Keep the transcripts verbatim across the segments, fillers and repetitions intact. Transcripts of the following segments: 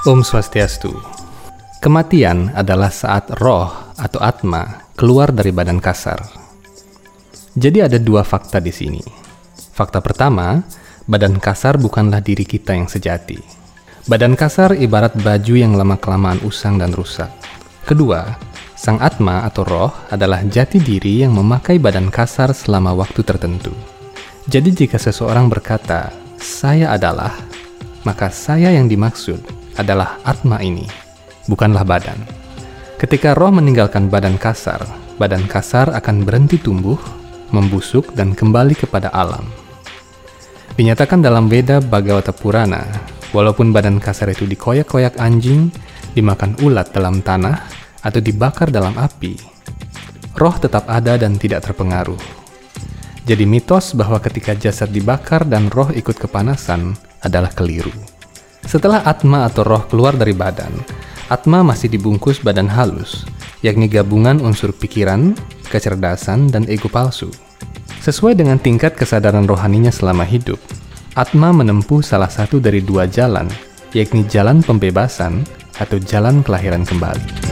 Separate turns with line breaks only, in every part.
Om Swastiastu. Kematian adalah saat roh atau atma keluar dari badan kasar. Jadi ada dua fakta di sini. Fakta pertama, badan kasar bukanlah diri kita yang sejati. Badan kasar ibarat baju yang lama-kelamaan usang dan rusak. Kedua, sang atma atau roh adalah jati diri yang memakai badan kasar selama waktu tertentu. Jadi jika seseorang berkata, saya adalah, maka saya yang dimaksud adalah atma ini, bukanlah badan. Ketika roh meninggalkan badan kasar, badan kasar akan berhenti tumbuh, membusuk, dan kembali kepada alam. Dinyatakan dalam Veda Bhagavata Purana, walaupun badan kasar itu dikoyak-koyak anjing, dimakan ulat dalam tanah, atau dibakar dalam api, roh tetap ada dan tidak terpengaruh. Jadi mitos bahwa ketika jasad dibakar dan roh ikut kepanasan adalah keliru. Setelah atma atau roh keluar dari badan, atma masih dibungkus badan halus, yakni gabungan unsur pikiran, kecerdasan, dan ego palsu. Sesuai dengan tingkat kesadaran rohaninya selama hidup, atma menempuh salah satu dari dua jalan, yakni jalan pembebasan atau jalan kelahiran kembali.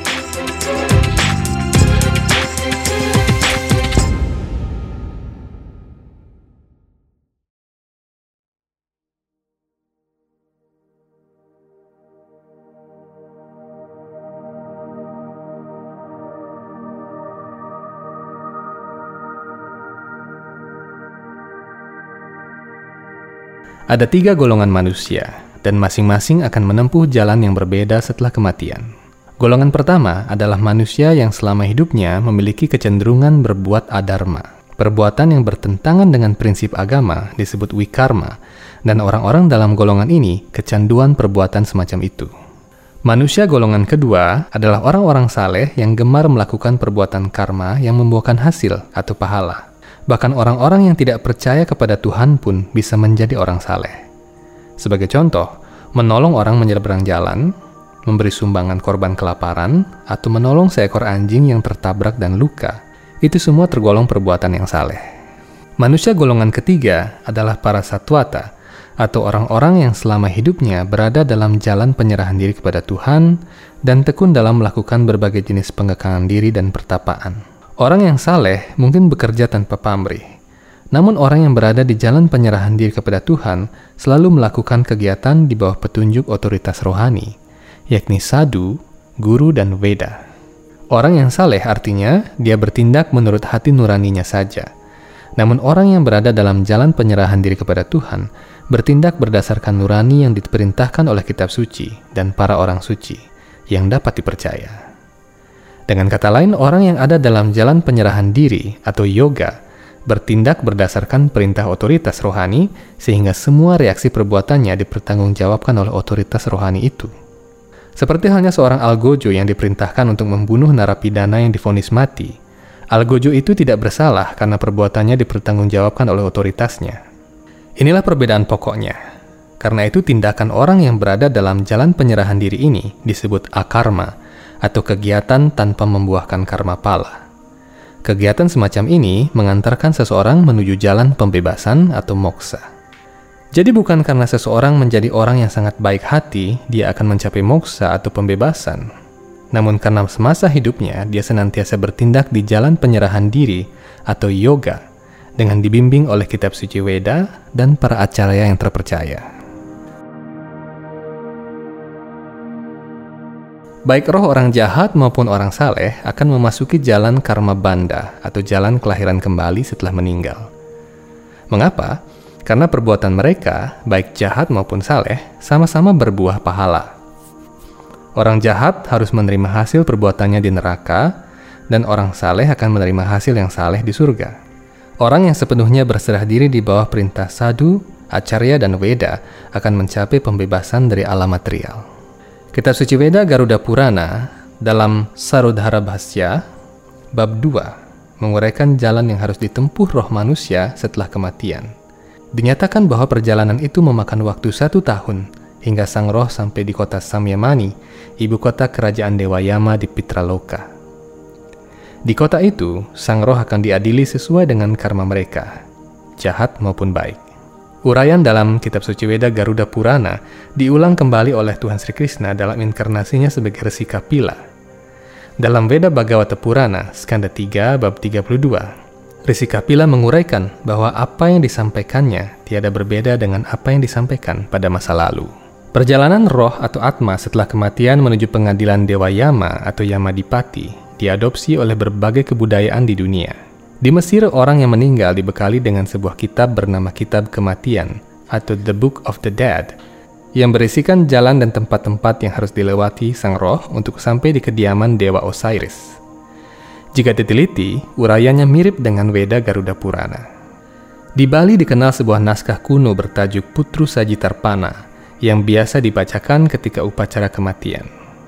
Ada tiga golongan manusia, dan masing-masing akan menempuh jalan yang berbeda setelah kematian. Golongan pertama adalah manusia yang selama hidupnya memiliki kecenderungan berbuat adharma. Perbuatan yang bertentangan dengan prinsip agama disebut wikarma, dan orang-orang dalam golongan ini kecanduan perbuatan semacam itu. Manusia golongan kedua adalah orang-orang saleh yang gemar melakukan perbuatan karma yang membuahkan hasil atau pahala. Bahkan orang-orang yang tidak percaya kepada Tuhan pun bisa menjadi orang saleh. Sebagai contoh, menolong orang menyeberang jalan, memberi sumbangan korban kelaparan, atau menolong seekor anjing yang tertabrak dan luka. Itu semua tergolong perbuatan yang saleh. Manusia golongan ketiga adalah para satwata, atau orang-orang yang selama hidupnya berada dalam jalan penyerahan diri kepada Tuhan dan tekun dalam melakukan berbagai jenis pengekangan diri dan pertapaan. Orang yang saleh mungkin bekerja tanpa pamrih, namun orang yang berada di jalan penyerahan diri kepada Tuhan selalu melakukan kegiatan di bawah petunjuk otoritas rohani, yakni sadhu, guru, dan Veda. Orang yang saleh artinya dia bertindak menurut hati nuraninya saja, namun orang yang berada dalam jalan penyerahan diri kepada Tuhan bertindak berdasarkan nurani yang diperintahkan oleh kitab suci dan para orang suci yang dapat dipercaya. Dengan kata lain, orang yang ada dalam jalan penyerahan diri atau yoga bertindak berdasarkan perintah otoritas rohani sehingga semua reaksi perbuatannya dipertanggungjawabkan oleh otoritas rohani itu. Seperti halnya seorang algojo yang diperintahkan untuk membunuh narapidana yang divonis mati. Algojo itu tidak bersalah karena perbuatannya dipertanggungjawabkan oleh otoritasnya. Inilah perbedaan pokoknya. Karena itu tindakan orang yang berada dalam jalan penyerahan diri ini disebut akarma, atau kegiatan tanpa membuahkan karma pala. Kegiatan semacam ini mengantarkan seseorang menuju jalan pembebasan atau moksa. Jadi bukan karena seseorang menjadi orang yang sangat baik hati, dia akan mencapai moksa atau pembebasan. Namun karena semasa hidupnya, dia senantiasa bertindak di jalan penyerahan diri atau yoga, dengan dibimbing oleh kitab suci Veda dan para acarya yang terpercaya. Baik roh orang jahat maupun orang saleh akan memasuki jalan karma banda atau jalan kelahiran kembali setelah meninggal. Mengapa? Karena perbuatan mereka, baik jahat maupun saleh, sama-sama berbuah pahala. Orang jahat harus menerima hasil perbuatannya di neraka, dan orang saleh akan menerima hasil yang saleh di surga. Orang yang sepenuhnya berserah diri di bawah perintah sadhu, acarya, dan Veda akan mencapai pembebasan dari alam material. Kitab suci Veda Garuda Purana dalam Sarudhara Bhasya bab dua menguraikan jalan yang harus ditempuh roh manusia setelah kematian. Dinyatakan bahwa perjalanan itu memakan waktu satu tahun hingga sang roh sampai di kota Samyamani, ibu kota kerajaan Dewa Yama di Pitraloka. Di kota itu, sang roh akan diadili sesuai dengan karma mereka, jahat maupun baik. Uraian dalam kitab suci Weda Garuda Purana diulang kembali oleh Tuhan Sri Krishna dalam inkarnasinya sebagai Resi Kapila. Dalam Weda Bhagavata Purana, skanda tiga, bab tiga puluh dua, Resi Kapila menguraikan bahwa apa yang disampaikannya tiada berbeda dengan apa yang disampaikan pada masa lalu. Perjalanan roh atau atma setelah kematian menuju pengadilan Dewa Yama atau Yamadipati diadopsi oleh berbagai kebudayaan di dunia. Di Mesir, orang yang meninggal dibekali dengan sebuah kitab bernama Kitab Kematian atau The Book of the Dead yang berisikan jalan dan tempat-tempat yang harus dilewati sang roh untuk sampai di kediaman Dewa Osiris. Jika diteliti, uraiannya mirip dengan Weda Garuda Purana. Di Bali dikenal sebuah naskah kuno bertajuk Putru Sajitarpana yang biasa dibacakan ketika upacara kematian.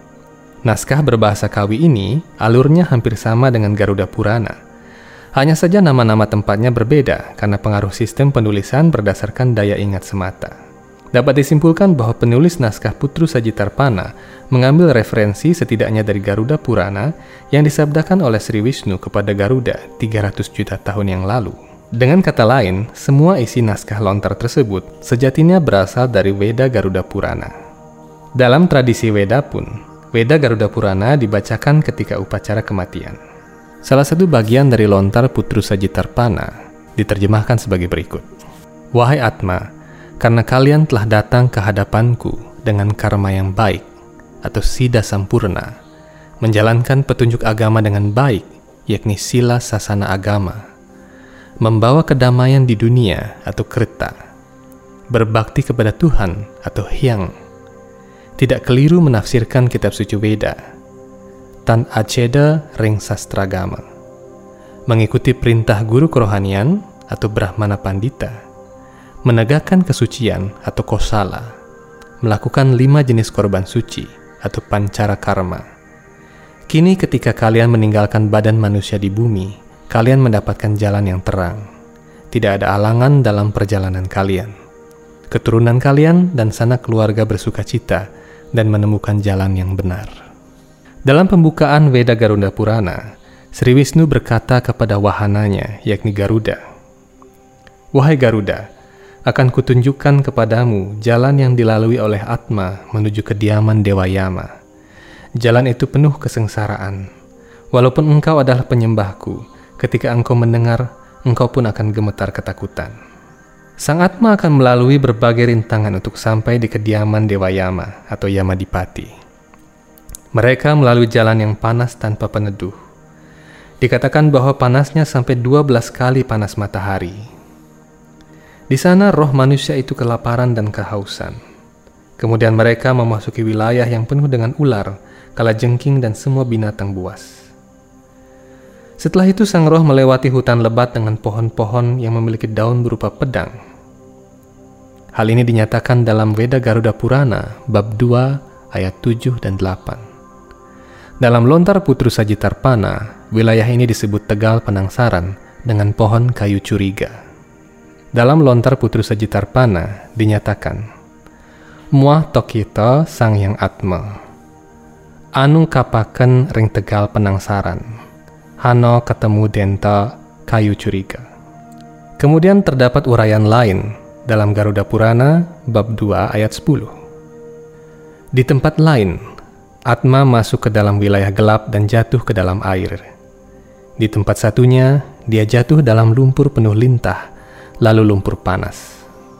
Naskah berbahasa Kawi ini alurnya hampir sama dengan Garuda Purana. Hanya saja nama-nama tempatnya berbeda karena pengaruh sistem penulisan berdasarkan daya ingat semata. Dapat disimpulkan bahwa penulis naskah Putru Sajitarpana mengambil referensi setidaknya dari Garuda Purana yang disabdakan oleh Sri Wisnu kepada Garuda tiga ratus juta tahun yang lalu. Dengan kata lain, semua isi naskah lontar tersebut sejatinya berasal dari Weda Garuda Purana. Dalam tradisi Weda pun, Weda Garuda Purana dibacakan ketika upacara kematian. Salah satu bagian dari lontar Putru Sajitarpana diterjemahkan sebagai berikut. Wahai Atma, karena kalian telah datang ke hadapanku dengan karma yang baik atau Siddha Sampurna, menjalankan petunjuk agama dengan baik, yakni sila sasana agama, membawa kedamaian di dunia atau krita, berbakti kepada Tuhan atau Hyang, tidak keliru menafsirkan kitab suci Weda, tan aceda ring sastragama, mengikuti perintah guru kerohanian atau Brahmana Pandita, menegakkan kesucian atau kosala, melakukan lima jenis korban suci atau pancara karma. Kini ketika kalian meninggalkan badan manusia di bumi, kalian mendapatkan jalan yang terang. Tidak ada alangan dalam perjalanan kalian. Keturunan kalian dan sanak keluarga bersuka cita dan menemukan jalan yang benar. Dalam pembukaan Weda Garuda Purana, Sri Wisnu berkata kepada wahananya, yakni Garuda, "Wahai Garuda, akan kutunjukkan kepadamu jalan yang dilalui oleh Atma menuju kediaman Dewa Yama. Jalan itu penuh kesengsaraan. Walaupun engkau adalah penyembahku, ketika engkau mendengar, engkau pun akan gemetar ketakutan." Sang Atma akan melalui berbagai rintangan untuk sampai di kediaman Dewa Yama atau Yamadipati. Mereka melalui jalan yang panas tanpa peneduh. Dikatakan bahwa panasnya sampai dua belas kali panas matahari. Di sana roh manusia itu kelaparan dan kehausan. Kemudian mereka memasuki wilayah yang penuh dengan ular, kalajengking dan semua binatang buas. Setelah itu sang roh melewati hutan lebat dengan pohon-pohon yang memiliki daun berupa pedang. Hal ini dinyatakan dalam Weda Garuda Purana, bab dua, ayat tujuh dan delapan. Dalam lontar Putru Sajitarpana, wilayah ini disebut Tegal Penangsaran dengan pohon kayu curiga. Dalam lontar Putru Sajitarpana dinyatakan, Muah Tokita Sang Hyang Atma, anu kapaken ring Tegal Penangsaran, hano ketemu denta kayu curiga. Kemudian terdapat uraian lain dalam Garuda Purana, bab dua ayat sepuluh. Di tempat lain, Atma masuk ke dalam wilayah gelap dan jatuh ke dalam air. Di tempat satunya, dia jatuh dalam lumpur penuh lintah, lalu lumpur panas.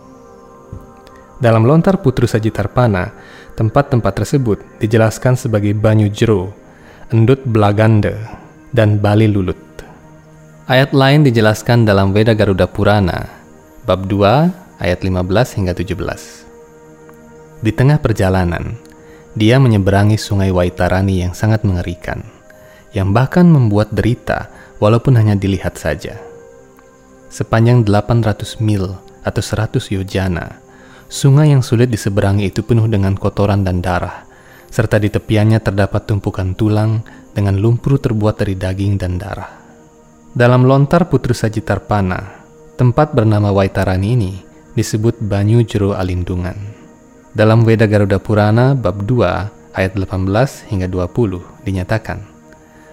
Dalam lontar Putru Sajitarpana, tempat-tempat tersebut dijelaskan sebagai Banyu Jero, Endut Blaganda, dan Bali Lulut. Ayat lain dijelaskan dalam Weda Garuda Purana, bab dua, ayat lima belas hingga tujuh belas. Di tengah perjalanan, dia menyeberangi sungai Waitarani yang sangat mengerikan, yang bahkan membuat derita walaupun hanya dilihat saja. Sepanjang delapan ratus mil atau seratus yojana, sungai yang sulit diseberangi itu penuh dengan kotoran dan darah, serta di tepiannya terdapat tumpukan tulang dengan lumpur terbuat dari daging dan darah. Dalam lontar Putru Sajitarpana, tempat bernama Waitarani ini disebut Banyu Jero Alindungan. Dalam Weda Garuda Purana bab dua ayat delapan belas hingga dua puluh dinyatakan,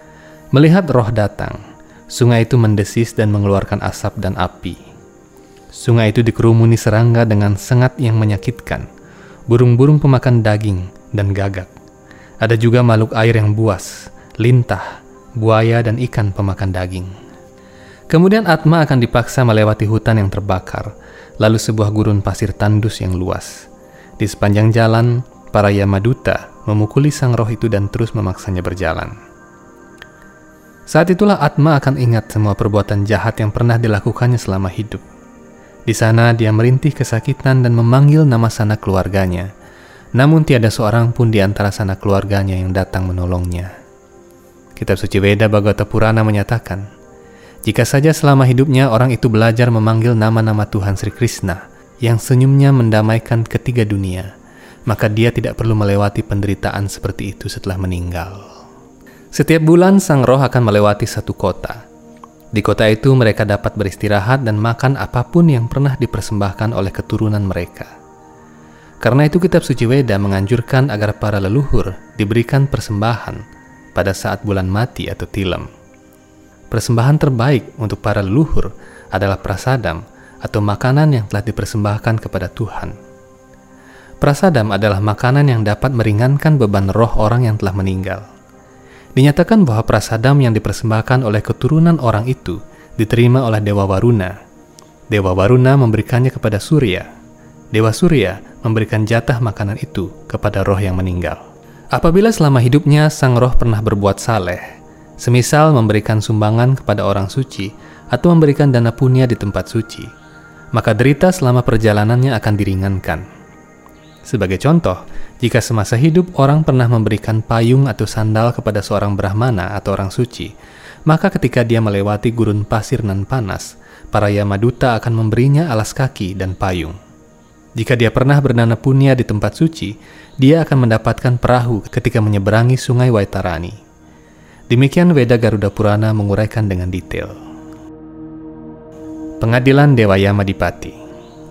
melihat roh datang, sungai itu mendesis dan mengeluarkan asap dan api. Sungai itu dikerumuni serangga dengan sengat yang menyakitkan, burung-burung pemakan daging dan gagak. Ada juga makhluk air yang buas, lintah, buaya dan ikan pemakan daging. Kemudian Atma akan dipaksa melewati hutan yang terbakar, lalu sebuah gurun pasir tandus yang luas. Di sepanjang jalan, para Yamaduta memukuli sang roh itu dan terus memaksanya berjalan. Saat itulah Atma akan ingat semua perbuatan jahat yang pernah dilakukannya selama hidup. Di sana dia merintih kesakitan dan memanggil nama sanak keluarganya, namun tiada seorang pun di antara sanak keluarganya yang datang menolongnya. Kitab suci Weda Bhagavata Purana menyatakan, jika saja selama hidupnya orang itu belajar memanggil nama-nama Tuhan Sri Krishna yang senyumnya mendamaikan ketiga dunia, maka dia tidak perlu melewati penderitaan seperti itu setelah meninggal. Setiap bulan sang roh akan melewati satu kota. Di kota itu mereka dapat beristirahat dan makan apapun yang pernah dipersembahkan oleh keturunan mereka. Karena itu kitab suci Weda menganjurkan agar para leluhur diberikan persembahan pada saat bulan mati atau tilam. Persembahan terbaik untuk para leluhur adalah prasadam atau makanan yang telah dipersembahkan kepada Tuhan. Prasadam adalah makanan yang dapat meringankan beban roh orang yang telah meninggal. Dinyatakan bahwa prasadam yang dipersembahkan oleh keturunan orang itu diterima oleh Dewa Waruna. Dewa Waruna memberikannya kepada Surya. Dewa Surya memberikan jatah makanan itu kepada roh yang meninggal. Apabila selama hidupnya sang roh pernah berbuat saleh, semisal memberikan sumbangan kepada orang suci atau memberikan dana punya di tempat suci, maka derita selama perjalanannya akan diringankan. Sebagai contoh, jika semasa hidup orang pernah memberikan payung atau sandal kepada seorang brahmana atau orang suci, maka ketika dia melewati gurun pasir nan panas, para Yamaduta akan memberinya alas kaki dan payung. Jika dia pernah berdana punya di tempat suci, dia akan mendapatkan perahu ketika menyeberangi sungai Waitarani. Demikian Weda Garuda Purana menguraikan dengan detail. Pengadilan Dewa Yamadipati.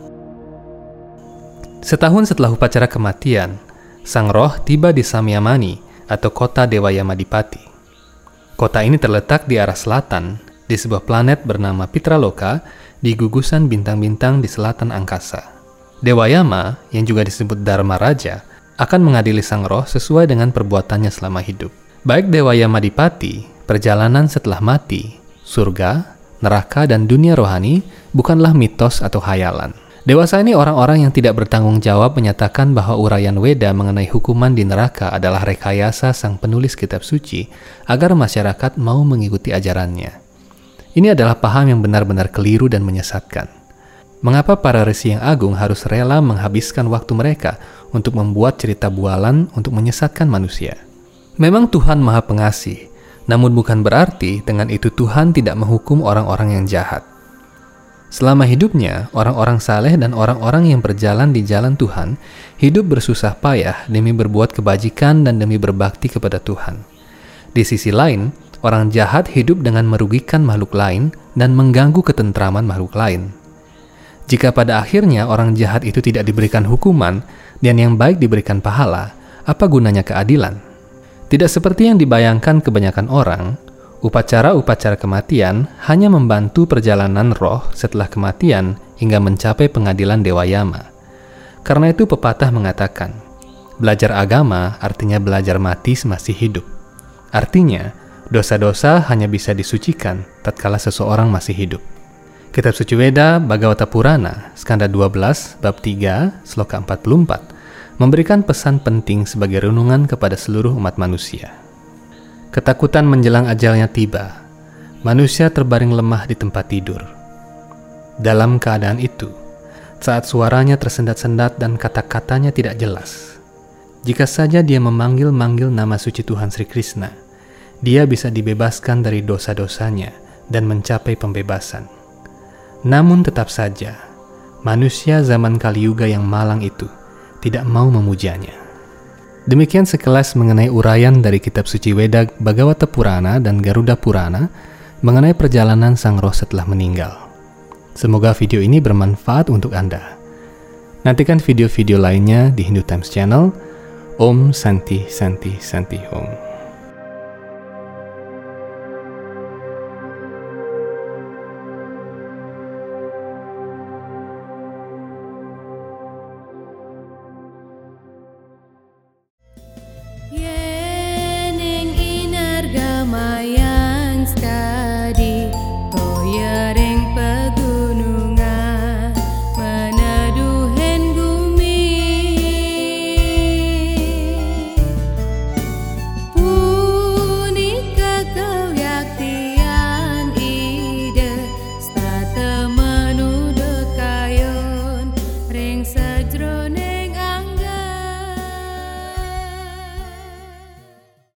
Setahun setelah upacara kematian, sang roh tiba di Samyamani atau kota Dewa Yamadipati. Kota ini terletak di arah selatan di sebuah planet bernama Pitraloka di gugusan bintang-bintang di selatan angkasa. Dewa Yama, yang juga disebut Dharma Raja, akan mengadili sang roh sesuai dengan perbuatannya selama hidup. Baik Dewa Yamadipati, perjalanan setelah mati, surga, neraka, dan dunia rohani bukanlah mitos atau hayalan. Dewasa ini orang-orang yang tidak bertanggung jawab menyatakan bahwa uraian Weda mengenai hukuman di neraka adalah rekayasa sang penulis kitab suci agar masyarakat mau mengikuti ajarannya. Ini adalah paham yang benar-benar keliru dan menyesatkan. Mengapa para resi yang agung harus rela menghabiskan waktu mereka untuk membuat cerita bualan untuk menyesatkan manusia? Memang Tuhan Maha Pengasih, namun bukan berarti dengan itu Tuhan tidak menghukum orang-orang yang jahat. Selama hidupnya, orang-orang saleh dan orang-orang yang berjalan di jalan Tuhan hidup bersusah payah demi berbuat kebajikan dan demi berbakti kepada Tuhan. Di sisi lain, orang jahat hidup dengan merugikan makhluk lain dan mengganggu ketentraman makhluk lain. Jika pada akhirnya orang jahat itu tidak diberikan hukuman dan yang baik diberikan pahala, apa gunanya keadilan? Tidak seperti yang dibayangkan kebanyakan orang, upacara-upacara kematian hanya membantu perjalanan roh setelah kematian hingga mencapai pengadilan Dewa Yama. Karena itu pepatah mengatakan, belajar agama artinya belajar mati masih hidup. Artinya, dosa-dosa hanya bisa disucikan tatkala seseorang masih hidup. Kitab suci Weda Bhagavata Purana, skanda dua belas, bab tiga, sloka empat puluh empat, memberikan pesan penting sebagai renungan kepada seluruh umat manusia. Ketakutan menjelang ajalnya tiba. Manusia terbaring lemah di tempat tidur. Dalam keadaan itu, saat suaranya tersendat-sendat dan kata-katanya tidak jelas, jika saja dia memanggil-manggil nama suci Tuhan Sri Krishna, dia bisa dibebaskan dari dosa-dosanya dan mencapai pembebasan. Namun tetap saja, manusia zaman Kali Yuga yang malang itu tidak mau memujanya. Demikian sekelas mengenai uraian dari kitab suci Weda Bhagavata Purana dan Garuda Purana mengenai perjalanan sang roh setelah meninggal. Semoga video ini bermanfaat untuk Anda. Nantikan video-video lainnya di Hindu Times Channel. Om Santi Santi Santi Om.